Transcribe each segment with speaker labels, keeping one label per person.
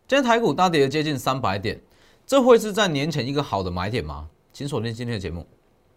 Speaker 1: 今天台股大跌了接近300点，这会是在年前一个好的买点吗？请锁定今天的节目。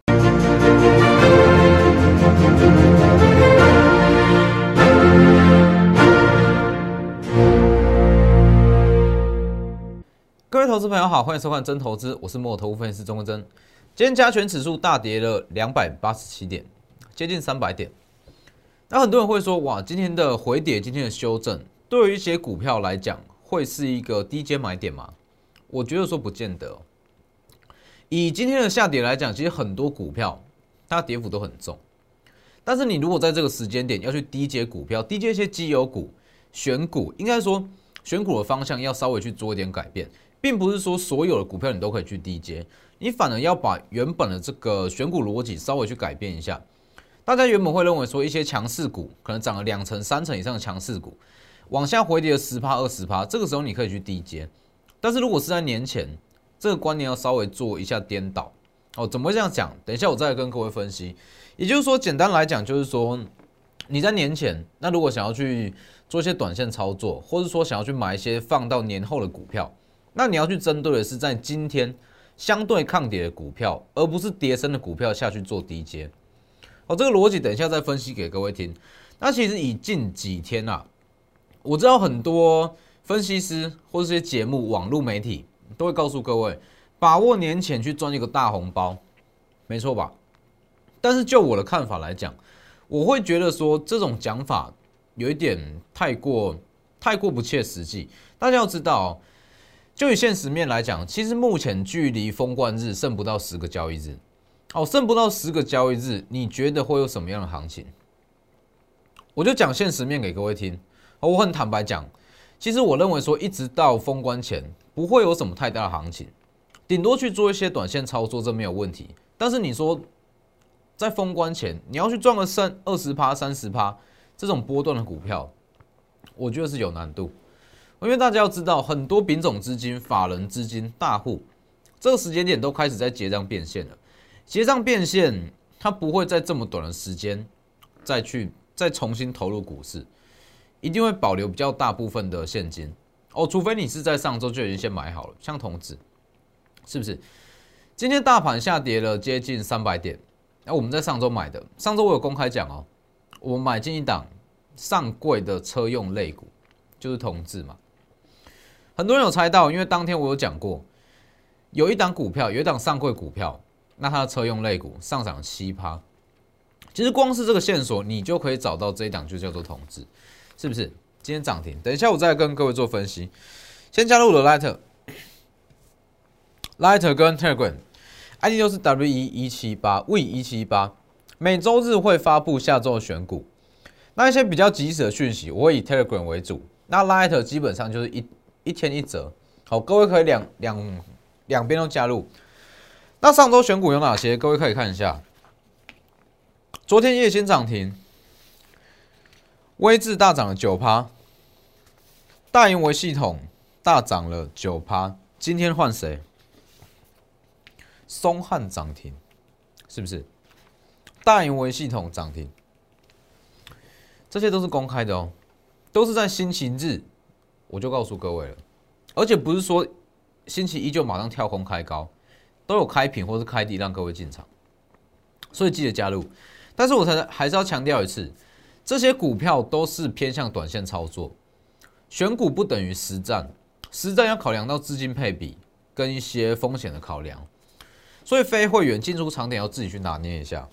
Speaker 1: 各位投资朋友好，欢迎收看真投资，我是摩尔投顾分析师钟国珍。今天加权指数大跌了287点，接近300点。那很多人会说，哇，今天的回跌，今天的修正，对于一些股票来讲，会是一个低阶买点吗？我觉得说不见得。以今天的下跌来讲，其实很多股票它跌幅都很重。但是你如果在这个时间点要去低阶股票，低阶一些绩优股、选股，应该说选股的方向要稍微去做一点改变，并不是说所有的股票你都可以去低阶，你反而要把原本的这个选股逻辑稍微去改变一下。大家原本会认为说一些强势股可能涨了2成、3成以上的强势股，往下回跌了10%、20%，这个时候你可以去低阶。但是如果是在年前，这个观念要稍微做一下颠倒哦。怎么会这样讲？等一下我再来跟各位分析。也就是说，简单来讲，就是说你在年前，那如果想要去做一些短线操作，或者说想要去买一些放到年后的股票，那你要去针对的是在今天相对抗跌的股票，而不是跌升的股票下去做低阶。哦，这个逻辑等一下再分析给各位听。那其实以近几天啊，我知道很多分析师或者这些节目、网络媒体都会告诉各位，把握年前去赚一个大红包，没错吧？但是就我的看法来讲，我会觉得说这种讲法有一点太过不切实际。大家要知道哦，就以现实面来讲，其实目前距离封关日剩不到10个交易日。哦，剩不到10个交易日，你觉得会有什么样的行情？我就讲现实面给各位听。我很坦白讲，其实我认为说，一直到封关前不会有什么太大的行情，顶多去做一些短线操作，这没有问题。但是你说在封关前，你要去赚个20%、30%这种波段的股票，我觉得是有难度。因为大家要知道，很多品种资金、法人资金、大户，这个时间点都开始在结账变现了。结账变现，它不会在这么短的时间再重新投入股市，一定会保留比较大部分的现金哦，除非你是在上周就已经先买好了，像同志，是不是？今天大盘下跌了接近300点，那我们在上周买的，上周我有公开讲哦，我们买进一档上柜的车用类股，就是同志嘛。很多人有猜到，因为当天我有讲过，有一档股票，有一档上柜股票。那它的车用类股上涨7%，其实光是这个线索，你就可以找到这一档就叫做同志，是不是？今天涨停，等一下我再跟各位做分析。先加入我的 Lighter 跟 Telegram，ID 都是 W178V178，每周日会发布下周的选股。那一些比较及时的讯息，我会以 Telegram 为主。那 Lighter 基本上就是一天一折，好，各位可以两边都加入。那上周选股有哪些？各位可以看一下。昨天夜星涨停，威智大涨了9%，大盈微系统大涨了9%。今天换谁？松汉涨停，是不是？大盈微系统涨停，这些都是公开的哦，都是在星期日我就告诉各位了，而且不是说星期一就马上跳空开高。都有开平或是开低让各位进场，所以记得加入。但是我还是要强调一次，这些股票都是偏向短线操作，选股不等于实战，实战要考量到资金配比跟一些风险的考量，所以非会员进出场点要自己去拿捏一下。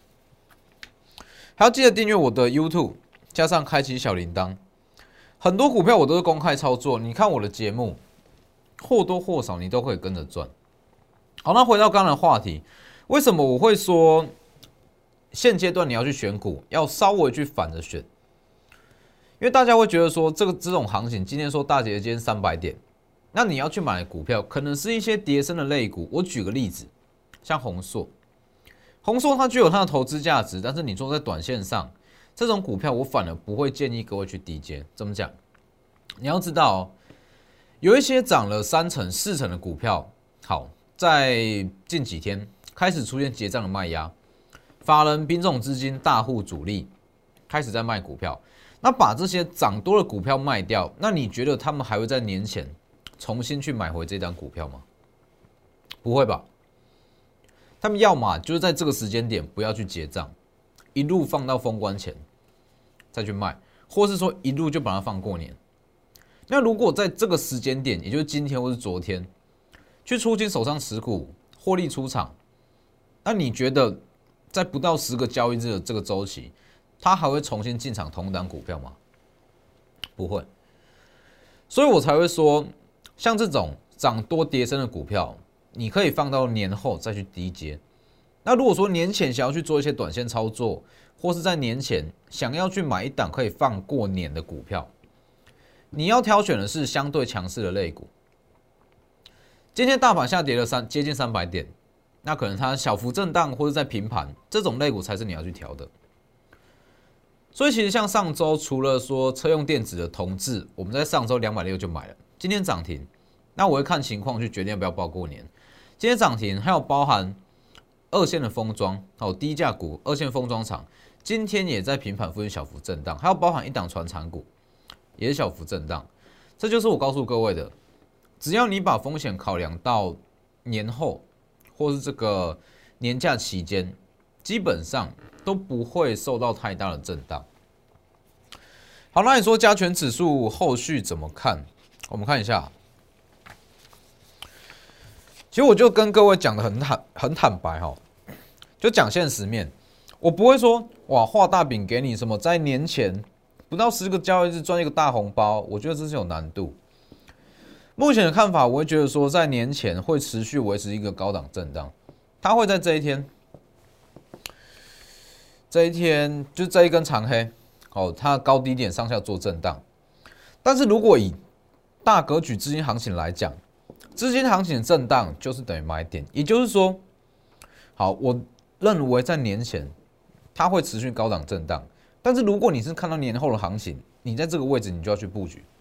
Speaker 1: 还要记得订阅我的 YouTube， 加上开启小铃铛。很多股票我都是公开操作，你看我的节目，或多或少你都可以跟着赚。好，那回到刚才的话题，为什么我会说现阶段你要去选股，要稍微去反着选？因为大家会觉得说，这种行情，今天说大跌今天300点，那你要去买的股票，可能是一些跌升的类股。我举个例子，像宏硕，它具有它的投资价值，但是你说在短线上，这种股票我反而不会建议各位去低接。怎么讲？你要知道哦，有一些涨了3成、4成的股票，好。在近几天开始出现结账的卖压，法人、品种资金、大户主力开始在卖股票。 那把这些涨多的股票卖掉，那你觉得他们还会在年前重新去买回这张股票吗？不会吧？他们要么就是在这个时间点不要去结账，一路放到封关前再去卖，或是说一路就把它放过年。那如果在这个时间点，也就是今天或是昨天，去出清手上持股，获利出场，那你觉得在不到10个交易日的这个周期，他还会重新进场同档股票吗？不会。所以我才会说，像这种涨多跌深的股票，你可以放到年后再去低接。那如果说年前想要去做一些短线操作，或是在年前想要去买一档可以放过年的股票，你要挑选的是相对强势的类股。今天大盘下跌了接近300点，那可能它小幅震荡或者在平盘，这种类股才是你要去挑的。所以其实像上周除了说车用电子的同致，我们在上周260就买了，今天涨停，那我会看情况去决定要不要报过年。今天涨停还有包含二线的封装，低价股二线封装厂，今天也在平盘附近小幅震荡，还有包含一档传产股也是小幅震荡。这就是我告诉各位的，只要你把风险考量到年后或是这个年假期间，基本上都不会受到太大的震荡。好，那你说加权指数后续怎么看？我们看一下。其实我就跟各位讲的很坦白哈，就讲现实面，我不会说哇画大饼给你什么，在年前不到10个交易日赚一个大红包，我觉得这是有难度。目前的看法，我会觉得说在年前会持续维持一个高档震荡，它会在这一天就这一根长黑，它高低点上下做震荡。但是如果以大格局资金行情来讲，资金行情的震荡就是等于买点，也就是说，好，我认为在年前它会持续高档震荡，但是如果你是看到年后的行情，你在这个位置你就要去布局，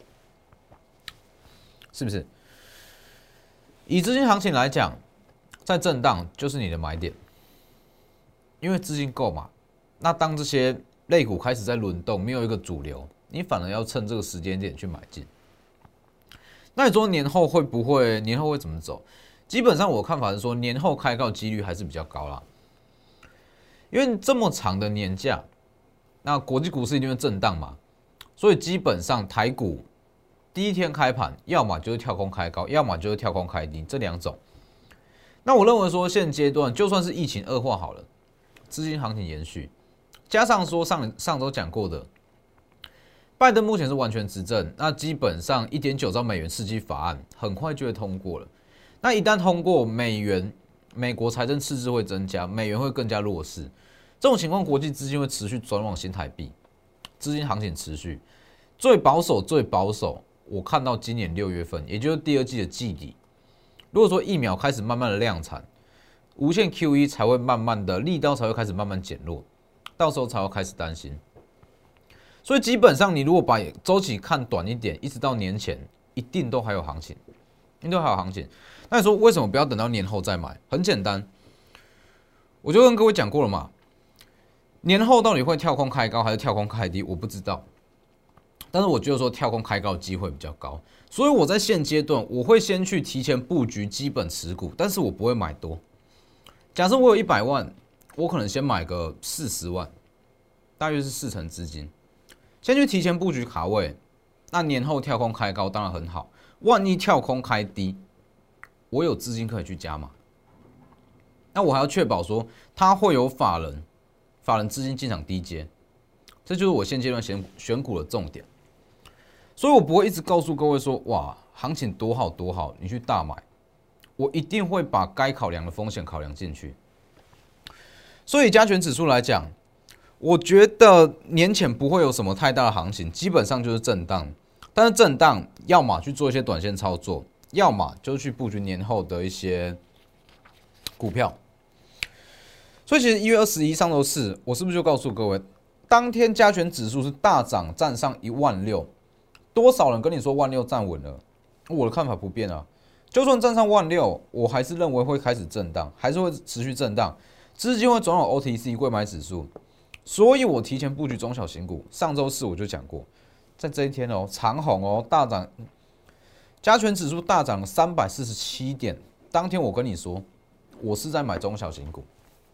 Speaker 1: 是不是？以资金行情来讲，在震荡就是你的买点，因为资金够嘛。那当这些类股开始在轮动，没有一个主流，你反而要趁这个时间点去买进。那你说年后会不会？年后会怎么走？基本上我看法是说，年后开高几率还是比较高啦。因为这么长的年假，那国际股市一定会震荡嘛，所以基本上台股第一天开盘，要么就是跳空开高，要么就是跳空开低，这两种。那我认为说，现阶段就算是疫情恶化好了，资金行情延续，加上说上周讲过的。拜登目前是完全执政，那基本上1.9兆美元刺激法案很快就会通过了。那一旦通过，美国财政赤字会增加，美元会更加弱势。这种情况，国际资金会持续转往新台币，资金行情持续。最保守，我看到今年6月份，也就是第2季的季底，如果说疫苗开始慢慢的量产，无限 QE 才会慢慢的力道才会开始慢慢减弱，到时候才会开始担心。所以基本上，你如果把周期看短一点，一直到年前，一定都还有行情，那你说为什么不要等到年后再买？很简单，我就跟各位讲过了嘛。年后到底会跳空开高还是跳空开低，我不知道。但是我觉得说跳空开高的机会比较高，所以我在现阶段我会先去提前布局基本持股，但是我不会买多。假设我有100万，我可能先买个40万，大约是4成资金。先去提前布局卡位，那年后跳空开高当然很好。万一跳空开低，我有资金可以去加码。那我还要确保说，它会有法人资金进场低接，这就是我现阶段选股的重点。所以我不会一直告诉各位说，哇，行情多好多好，你去大买。我一定会把该考量的风险考量进去。所以加权指数来讲，我觉得年前不会有什么太大的行情，基本上就是震荡。但是震荡，要么去做一些短线操作，要么就去布局年后的一些股票。所以其实1月21上周四，我是不是就告诉各位，当天加权指数是大涨，站上16000，多少人跟你说16000站稳了？我的看法不变啊，就算站上16000，我还是认为会开始震荡，还是会持续震荡，资金会转往 OTC 柜买指数。 所以我提前布局中小型股。上周四我就讲过，在这一天哦，长虹哦大涨，加权指数大涨347点。当天我跟你说，我是在买中小型股，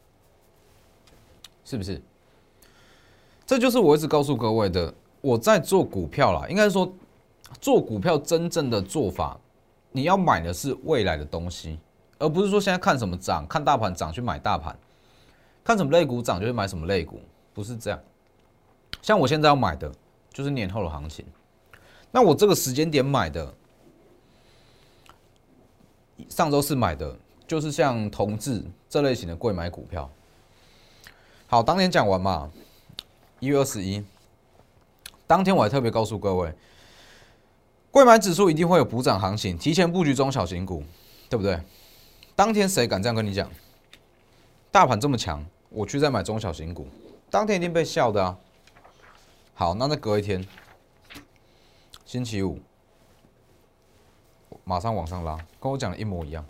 Speaker 1: 是不是？这就是我一直告诉各位的，我在做股票啦，应该说做股票真正的做法，你要买的是未来的东西，而不是说现在看什么涨，看大盘涨去买大盘，看什么类股涨就去买什么类股，不是这样。像我现在要买的就是年后的行情，那我这个时间点买的，上周四买的就是像同志这类型的贵买股票。好，当天讲完嘛，1月21，当天我还特别告诉各位，贵买指数一定会有补涨行情，提前布局中小型股，对不对？当天谁敢这样跟你讲？大盘这么强，我去再买中小型股，当天一定被笑的啊。好，那再隔一天，星期五，马上往上拉，跟我讲的一模一样。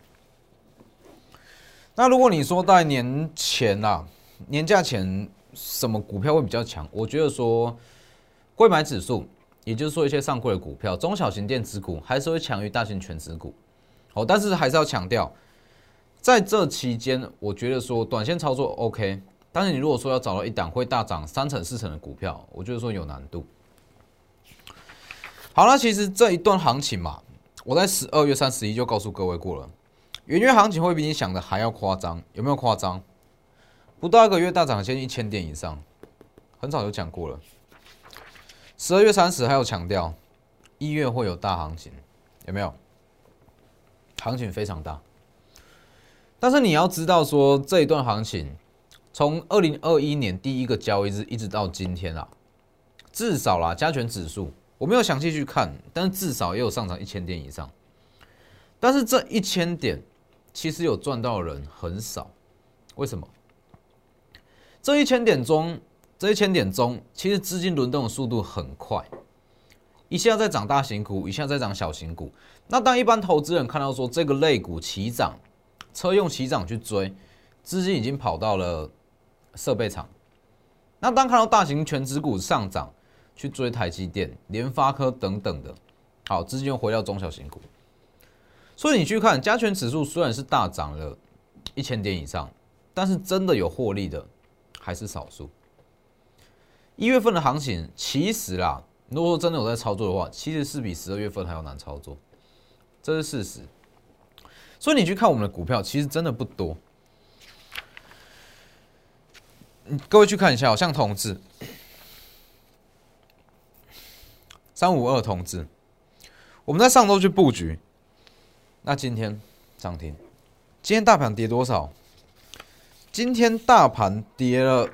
Speaker 1: 那如果你说在年前啦，年假前什么股票会比较强？我觉得说，贵买指数，也就是说一些上柜的股票，中小型电子股还是会强于大型全指股。好，但是还是要强调，在这期间，我觉得说短线操作 OK， 但是你如果说要找到一档会大涨3成4成的股票，我觉得说有难度。好，那其实这一段行情嘛，我在12月31就告诉各位过了，元月行情会比你想的还要夸张，有没有夸张？不到1个月大涨先1000点以上，很早就讲过了。12月30还有强调，1月会有大行情，有没有？行情非常大，但是你要知道说这一段行情，从2021年第一个交易日一直到今天啦，至少啦加权指数我没有详细去看，但是至少也有上涨1000点以上。但是这1000点其实有赚到的人很少，为什么？这1000点中，其实资金轮动的速度很快，一下在涨大型股，一下在涨小型股。那当一般投资人看到说这个类股齐涨，车用齐涨去追，资金已经跑到了设备厂。那当看到大型全指股上涨，去追台积电、联发科等等的，好，资金又回到中小型股。所以你去看加权指数虽然是大涨了1000点以上，但是真的有获利的还是少数。1月份的行情其实啦，如果说真的有在操作的话，其实是比12月份还要难操作，这是事实。所以你去看我们的股票，其实真的不多。各位去看一下，像同志352同志，我们在上周去布局，那今天涨停，今天大盘跌多少？今天大盘跌了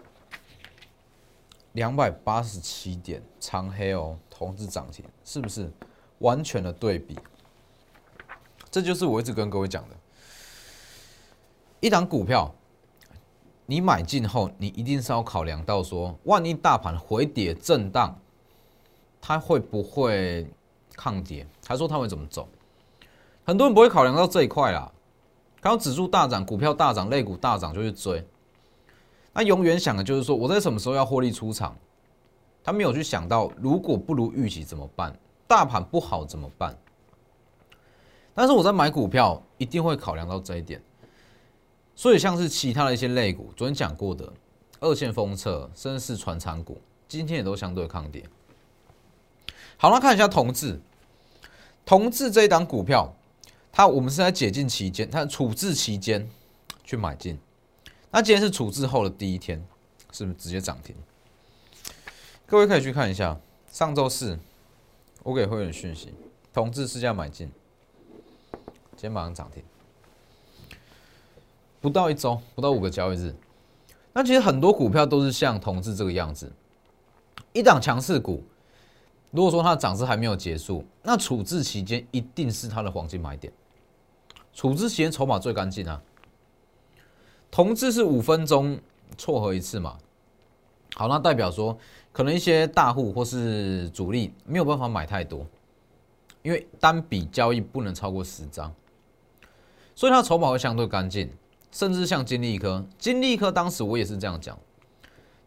Speaker 1: 287点，长黑哦，同志涨停，是不是完全的对比？这就是我一直跟各位讲的，一档股票，你买进后，你一定是要考量到说，万一大盘回跌震荡，它会不会抗跌？还说它会怎么走？很多人不会考量到这一块啦，看到指数大涨，股票大涨，类股大涨就去追。那永远想的就是说，我在什么时候要获利出场？他没有去想到，如果不如预期怎么办？大盘不好怎么办？但是我在买股票一定会考量到这一点。所以像是其他的一些类股，昨天讲过的二线封测，甚至是传产股，今天也都相对抗跌。好，那看一下同志，同志这一档股票，我们是在解禁期间，它处置期间去买进。那今天是处置后的第一天，是不是直接涨停？各位可以去看一下，上周四我给会员讯息，同志市价买进，今天马上涨停，不到1周，不到5个交易日。那其实很多股票都是像同志这个样子，一档强势股，如果说它的涨势还没有结束，那处置期间一定是它的黄金买点。处置期间筹码最干净啊。同志是5分钟撮合一次嘛？好，那代表说可能一些大户或是主力没有办法买太多，因为单笔交易不能超过10张，所以它的筹码会相对干净。甚至像金利科当时我也是这样讲，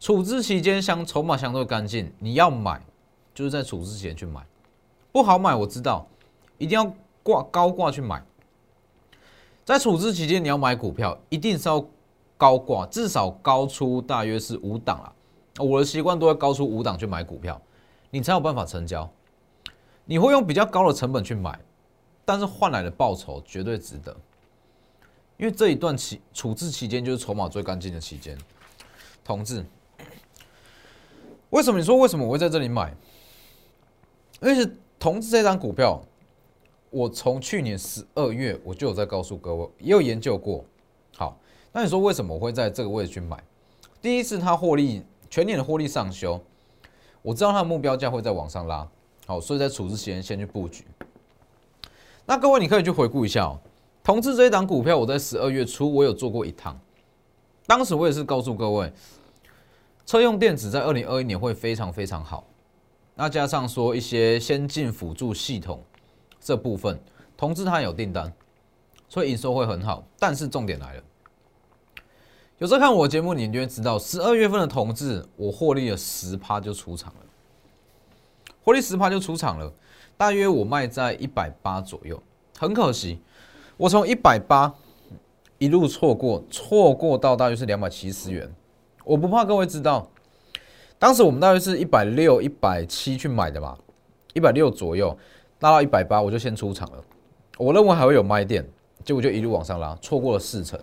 Speaker 1: 处置期间筹码相对干净，你要买就是在处置期间去买，不好买我知道，一定要高挂去买。在处置期间你要买股票，一定是要高挂，至少高出大约是5档啦。我的习惯都会高出5档去买股票，你才有办法成交。你会用比较高的成本去买，但是换来的报酬绝对值得。因为这一段处置期间就是筹码最干净的期间。同志，为什么我会在这里买？因为是同志这张股票，我从去年12月我就有在告诉各位，也有研究过。好，那你说为什么我会在这个位置去买？第一是它全年的获利上修，我知道它的目标价会再往上拉，好，所以在处置期间先去布局。那各位你可以去回顾一下同志这一档股票，我在12月初我有做过一趟，当时我也是告诉各位，车用电子在2021年会非常非常好，那加上说一些先进辅助系统这部分，同志它有订单，所以营收会很好。但是重点来了，有时候看我节目，你就会知道，12月份的同志我获利了10%就出场了，获利10%就出场了，大约我卖在180左右，很可惜，我从180一路错过到大约是270元。我不怕各位知道，当时我们大约是160、170去买的嘛，160左右拉到180，我就先出场了。我认为还会有卖点，结果就一路往上拉，错过了40%。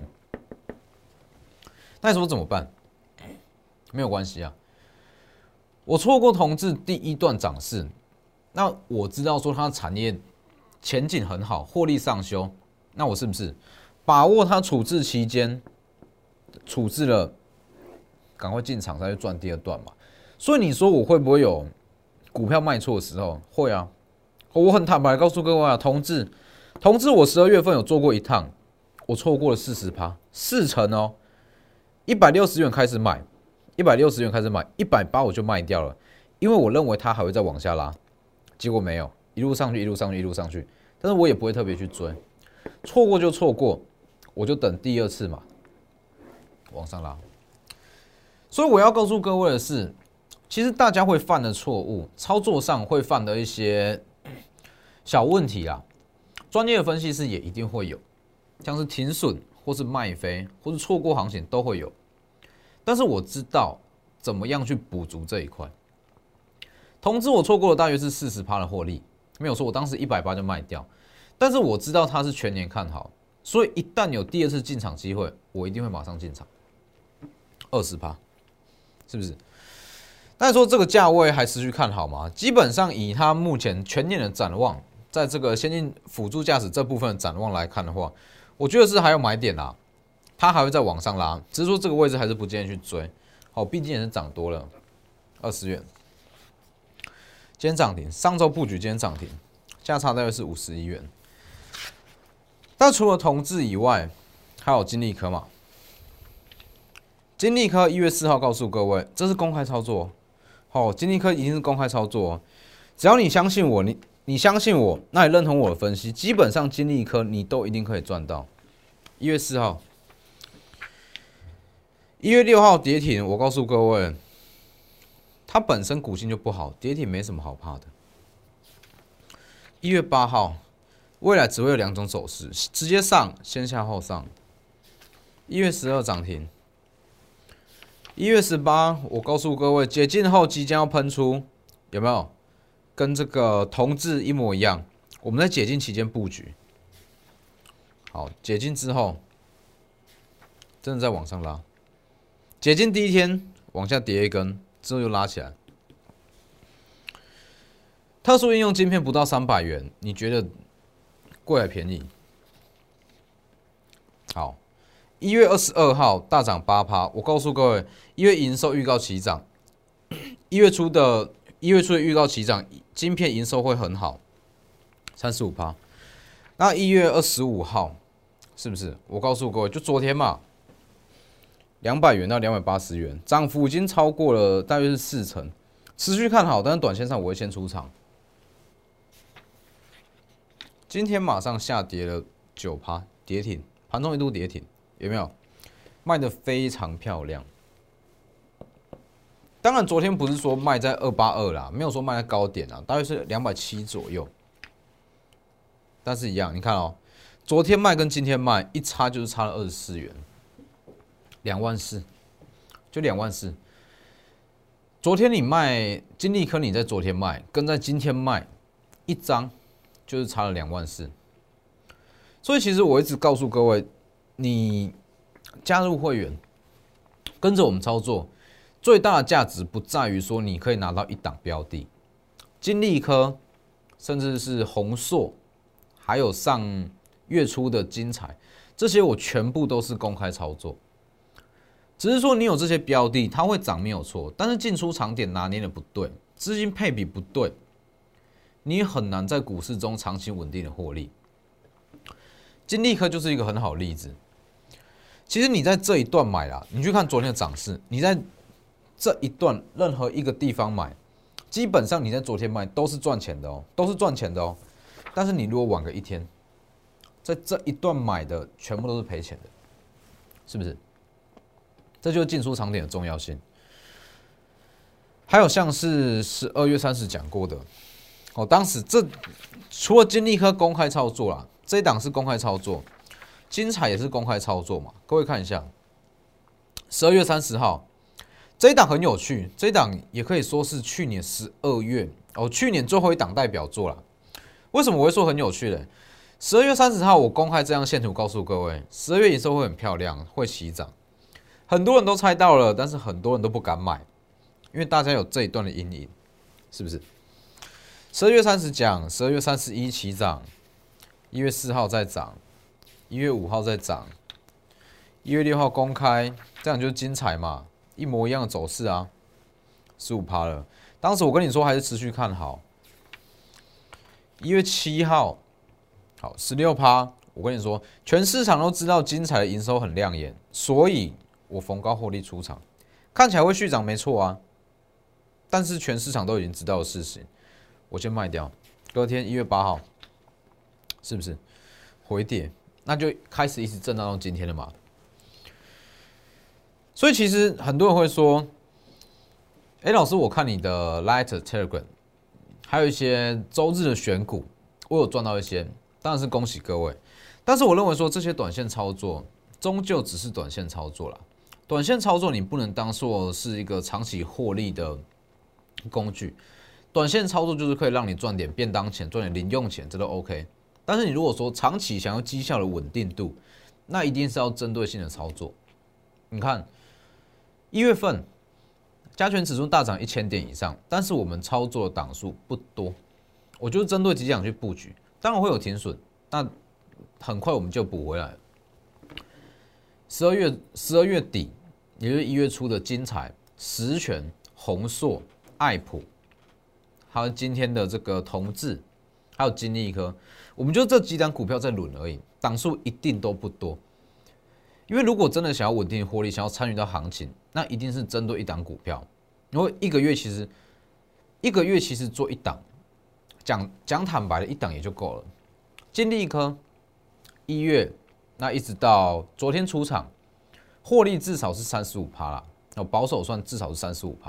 Speaker 1: 那你说怎么办？没有关系啊，我错过同志第一段涨势，那我知道说它的产业前景很好，获利上修，那我是不是把握它处置期间处置了？赶快进场再去赚第二段嘛，所以你说我会不会有股票卖错的时候？会啊，我很坦白告诉各位啊，同志我12月份有做过一趟，我错过了40%哦，160元开始买，180我就卖掉了，因为我认为它还会再往下拉，结果没有，一路上去，但是我也不会特别去追，错过就错过，我就等第二次嘛，往上拉。所以我要告诉各位的是，其实大家会犯的错误，操作上会犯的一些小问题啦，专业的分析师也一定会有，像是停损或是卖飞或是错过行情都会有。但是我知道怎么样去补足这一块。同时我错过了大约是40%的获利，没有错，我当时180就卖掉，但是我知道它是全年看好，所以一旦有第二次进场机会，我一定会马上进场，20%。是不是？但是说这个价位还持续看好吗？基本上以它目前全年的展望，在这个先进辅助驾驶这部分的展望来看的话，我觉得是还有买点啦，它还会再往上拉，只是说这个位置还是不建议去追。好，毕竟也是涨多了20元，今天涨停，上周布局今天涨停，价差大约是51元。但除了同志以外，还有金利科嘛？金利科1月4号告诉各位，这是公开操作。好，金利科一定是公开操作，只要你相信我，你相信我，那你认同我的分析，基本上金利科你都一定可以赚到。1月4号，1月6号跌停，我告诉各位，它本身股性就不好，跌停没什么好怕的。1月8号，未来只会有2种走势，直接上，先下后上。1月12涨停。1月18，我告诉各位，解禁后即将要喷出，有没有？跟这个同志一模一样。我们在解禁期间布局，好，解禁之后，真的在往上拉。解禁第一天往下跌一根，之后又拉起来。特殊应用晶片不到300元，你觉得贵还便宜？好。1月22号大涨8%，我告诉各位，因为营收预告起涨，1月初的预告起涨，晶片营收会很好，35%。那1月25号是不是？我告诉各位，就昨天嘛，200元到280元，涨幅已经超过了大约是40%，持续看好，但是短线上我会先出场。今天马上下跌了9%，跌停，盘中一度跌停。有没有卖得非常漂亮？ 当然昨天不是说卖在282啦，没有说卖在高点啊，大约是270左右。但是一样，你看哦，昨天卖跟今天卖一差就是差了24元，24000，就24000。昨天你卖金利科，你在昨天卖，跟在今天卖一张就是差了24000。所以其实我一直告诉各位，你加入会员，跟着我们操作，最大的价值不在于说你可以拿到一档标的，金利科，甚至是宏硕，还有上月初的精彩，这些我全部都是公开操作。只是说你有这些标的，它会涨没有错，但是进出场点拿捏的不对，资金配比不对，你很难在股市中长期稳定的获利。金利科就是一个很好的例子。其实你在这一段买啦，你去看昨天的涨势，你在这一段任何一个地方买，基本上你在昨天买都是赚钱的哦，都是赚钱的哦。但是你如果晚个一天，在这一段买的全部都是赔钱的，是不是？这就是进出场点的重要性。还有像是12月30讲过的，哦，当时这除了金利科公开操作啦，这一档是公开操作，精彩也是公开操作嘛。各位看一下，12月30号这一档很有趣，这一档也可以说是去年12月哦，去年最后一档代表作啦。为什么我会说很有趣呢？12月30号我公开这张线图告诉各位，12月营收会很漂亮，会起涨。很多人都猜到了，但是很多人都不敢买，因为大家有这一段的阴影，是不是？12月30讲，12月31起涨，1月4号再涨，1月5号再涨，1月6号公开，这样就是精彩嘛，一模一样的走势啊，15%了。当时我跟你说还是持续看好。1月7号，好16%，我跟你说，全市场都知道精彩的营收很亮眼，所以我逢高获利出场，看起来会续涨没错啊，但是全市场都已经知道的事情，我先卖掉。隔天1月8号，是不是回跌？那就开始一直震荡到今天了嘛。所以其实很多人会说，老师，我看你的 Light Telegram， 还有一些周日的选股，我有赚到一些，当然是恭喜各位。但是我认为说这些短线操作，终究只是短线操作啦。短线操作你不能当做是一个长期获利的工具，短线操作就是可以让你赚点便当钱、赚点零用钱，这都 OK。但是你如果说长期想要绩效的稳定度，那一定是要针对性的操作。你看1月份加权指数大涨1000点以上，但是我们操作的档数不多，我就是针对几档去布局，当然会有停损，那很快我们就补回来了。12月底，也就是1月初的精彩、实权、宏硕、爱普，还有今天的这个同志，还有金利科，我们就这几档股票在轮而已，档数一定都不多。因为如果真的想要稳定获利，想要参与到行情，那一定是针对一档股票。因为一个月其实做一档，讲坦白的，一档也就够了。金利科1月，那一直到昨天出场，获利至少是35%啦，保守算至少是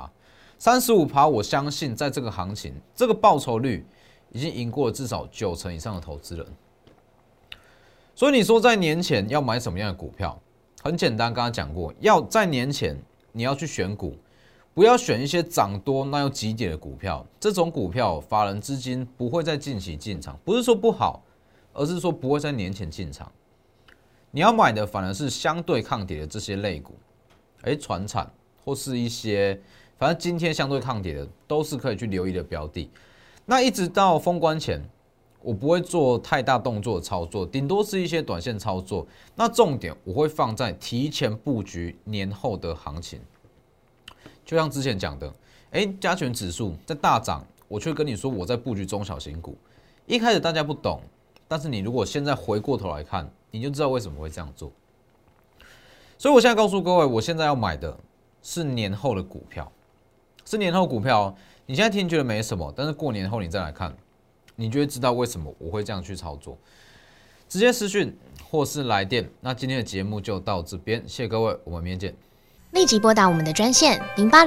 Speaker 1: 35%，35%我相信在这个行情，这个报酬率已经赢过了至少90%以上的投资人。所以你说在年前要买什么样的股票？很简单，刚刚讲过，要在年前你要去选股，不要选一些涨多那又急跌的股票。这种股票法人资金不会在近期进场，不是说不好，而是说不会在年前进场。你要买的反而是相对抗跌的这些类股，传产或是一些反正今天相对抗跌的，都是可以去留意的标的。那一直到封关前，我不会做太大动作的操作，顶多是一些短线操作。那重点我会放在提前布局年后的行情。就像之前讲的，加权指数在大涨，我却跟你说我在布局中小型股。一开始大家不懂，但是你如果现在回过头来看，你就知道为什么会这样做。所以我现在告诉各位，我现在要买的是年后的股票，是年后股票。你现在听觉得没什么，但是过年后你再来看，你就会知道为什么我会这样去操作。直接私讯或是来电。那今天的节目就到这边，谢谢各位，我们明天见。
Speaker 2: 立即拨打我们的专线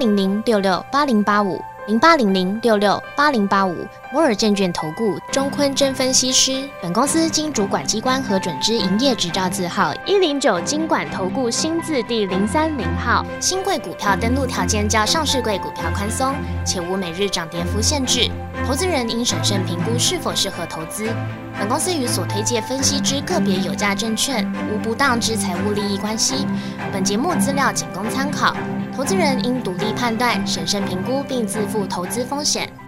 Speaker 2: 08006680850800668085摩尔证券投顾钟坤真分析师。本公司经主管机关核准之营业执照字号109金管投顾新字第030号。新贵股票登录条件较上市贵股票宽松，且无每日涨跌幅限制。投资人应审慎评估是否适合投资。本公司与所推介分析之个别有价证券无不当之财务利益关系。本节目资料仅供参考，投资人应独立判断、审慎评估并自负投资风险。